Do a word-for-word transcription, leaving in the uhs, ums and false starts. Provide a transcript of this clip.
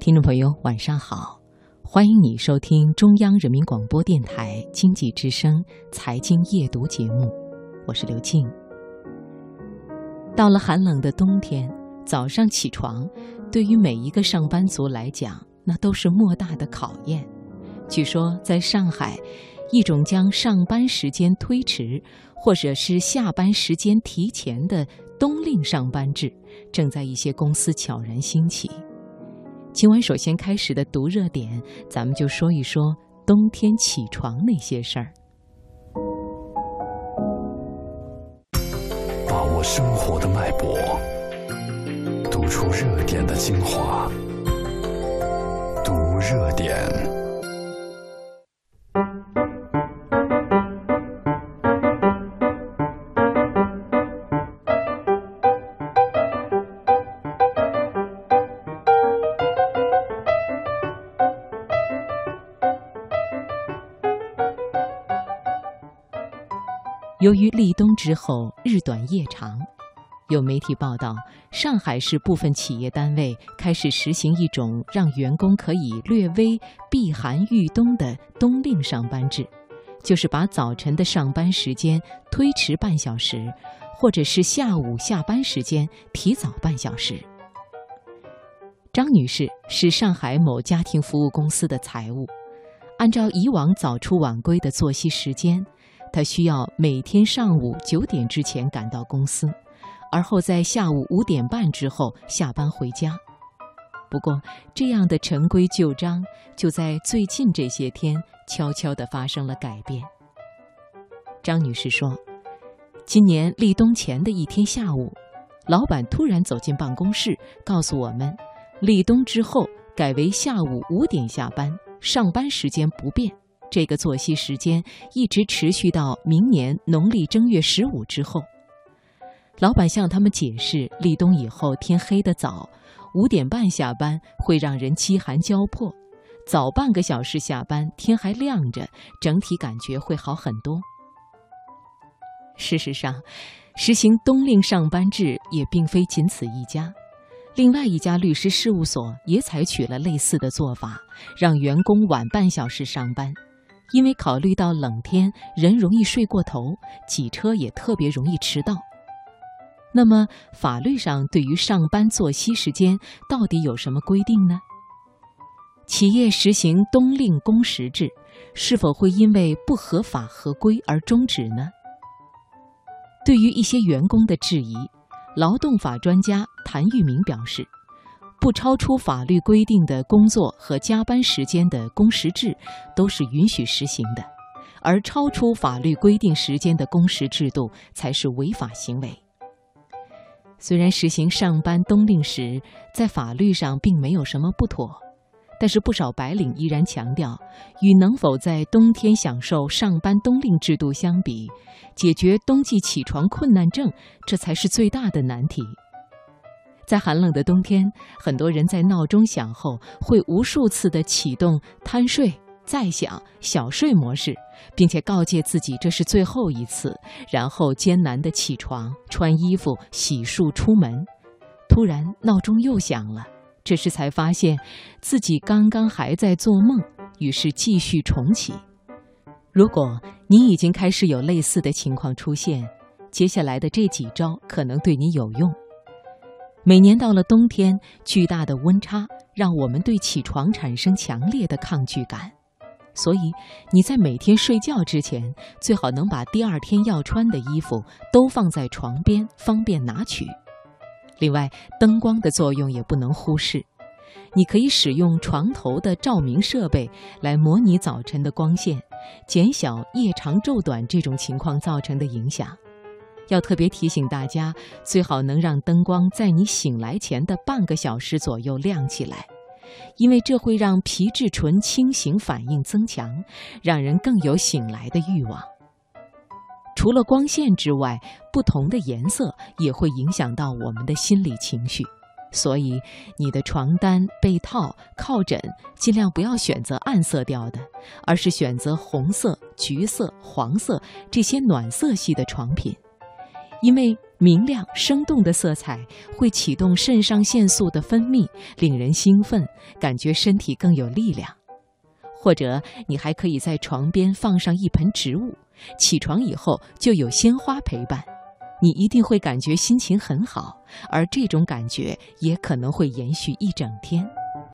听众朋友晚上好，欢迎你收听中央人民广播电台经济之声财经夜读节目，我是刘静。到了寒冷的冬天，早上起床对于每一个上班族来讲，那都是莫大的考验。据说在上海，一种将上班时间推迟或者是下班时间提前的冬令上班制正在一些公司悄然兴起。今晚首先开始的读热点，咱们就说一说冬天起床那些事儿。 把握生活的脉搏，读出热点的精华，读热点。 由于立冬之后日短夜长，有媒体报道，上海市部分企业单位开始实行一种让员工可以略微避寒御冬的冬令上班制，就是把早晨的上班时间推迟半小时，或者是下午下班时间提早半小时。张女士是上海某家庭服务公司的财务，按照以往早出晚归的作息时间，他需要每天上午九点之前赶到公司，而后在下午五点半之后下班回家。不过，这样的陈规旧章就在最近这些天悄悄地发生了改变。张女士说，今年立冬前的一天下午，老板突然走进办公室，告诉我们，立冬之后改为下午五点下班，上班时间不变。这个作息时间一直持续到明年农历正月十五之后。老板向他们解释，立冬以后天黑得早，五点半下班会让人饥寒交迫，早半个小时下班，天还亮着，整体感觉会好很多。事实上，实行冬令上班制也并非仅此一家。另外一家律师事务所也采取了类似的做法，让员工晚半小时上班。因为考虑到冷天人容易睡过头，挤车也特别容易迟到。那么法律上对于上班作息时间到底有什么规定呢？企业实行冬令工时制，是否会因为不合法合规而终止呢？对于一些员工的质疑，劳动法专家谭玉明表示，不超出法律规定的工作和加班时间的工时制都是允许实行的，而超出法律规定时间的工时制度才是违法行为。虽然实行上班冬令时在法律上并没有什么不妥，但是不少白领依然强调，与能否在冬天享受上班冬令制度相比，解决冬季起床困难症，这才是最大的难题。在寒冷的冬天，很多人在闹钟响后会无数次地启动贪睡、再响、小睡模式，并且告诫自己这是最后一次，然后艰难地起床、穿衣服、洗漱出门。突然闹钟又响了，这时才发现自己刚刚还在做梦，于是继续重启。如果你已经开始有类似的情况出现，接下来的这几招可能对你有用。每年到了冬天，巨大的温差让我们对起床产生强烈的抗拒感，所以你在每天睡觉之前，最好能把第二天要穿的衣服都放在床边，方便拿取。另外，灯光的作用也不能忽视，你可以使用床头的照明设备来模拟早晨的光线，减小夜长昼短这种情况造成的影响。要特别提醒大家，最好能让灯光在你醒来前的半个小时左右亮起来，因为这会让皮质醇清醒反应增强，让人更有醒来的欲望。除了光线之外，不同的颜色也会影响到我们的心理情绪，所以你的床单、被套、靠枕尽量不要选择暗色调的，而是选择红色、橘色、黄色这些暖色系的床品。因为明亮生动的色彩会启动肾上腺素的分泌，令人兴奋，感觉身体更有力量。或者你还可以在床边放上一盆植物，起床以后就有鲜花陪伴，你一定会感觉心情很好，而这种感觉也可能会延续一整天。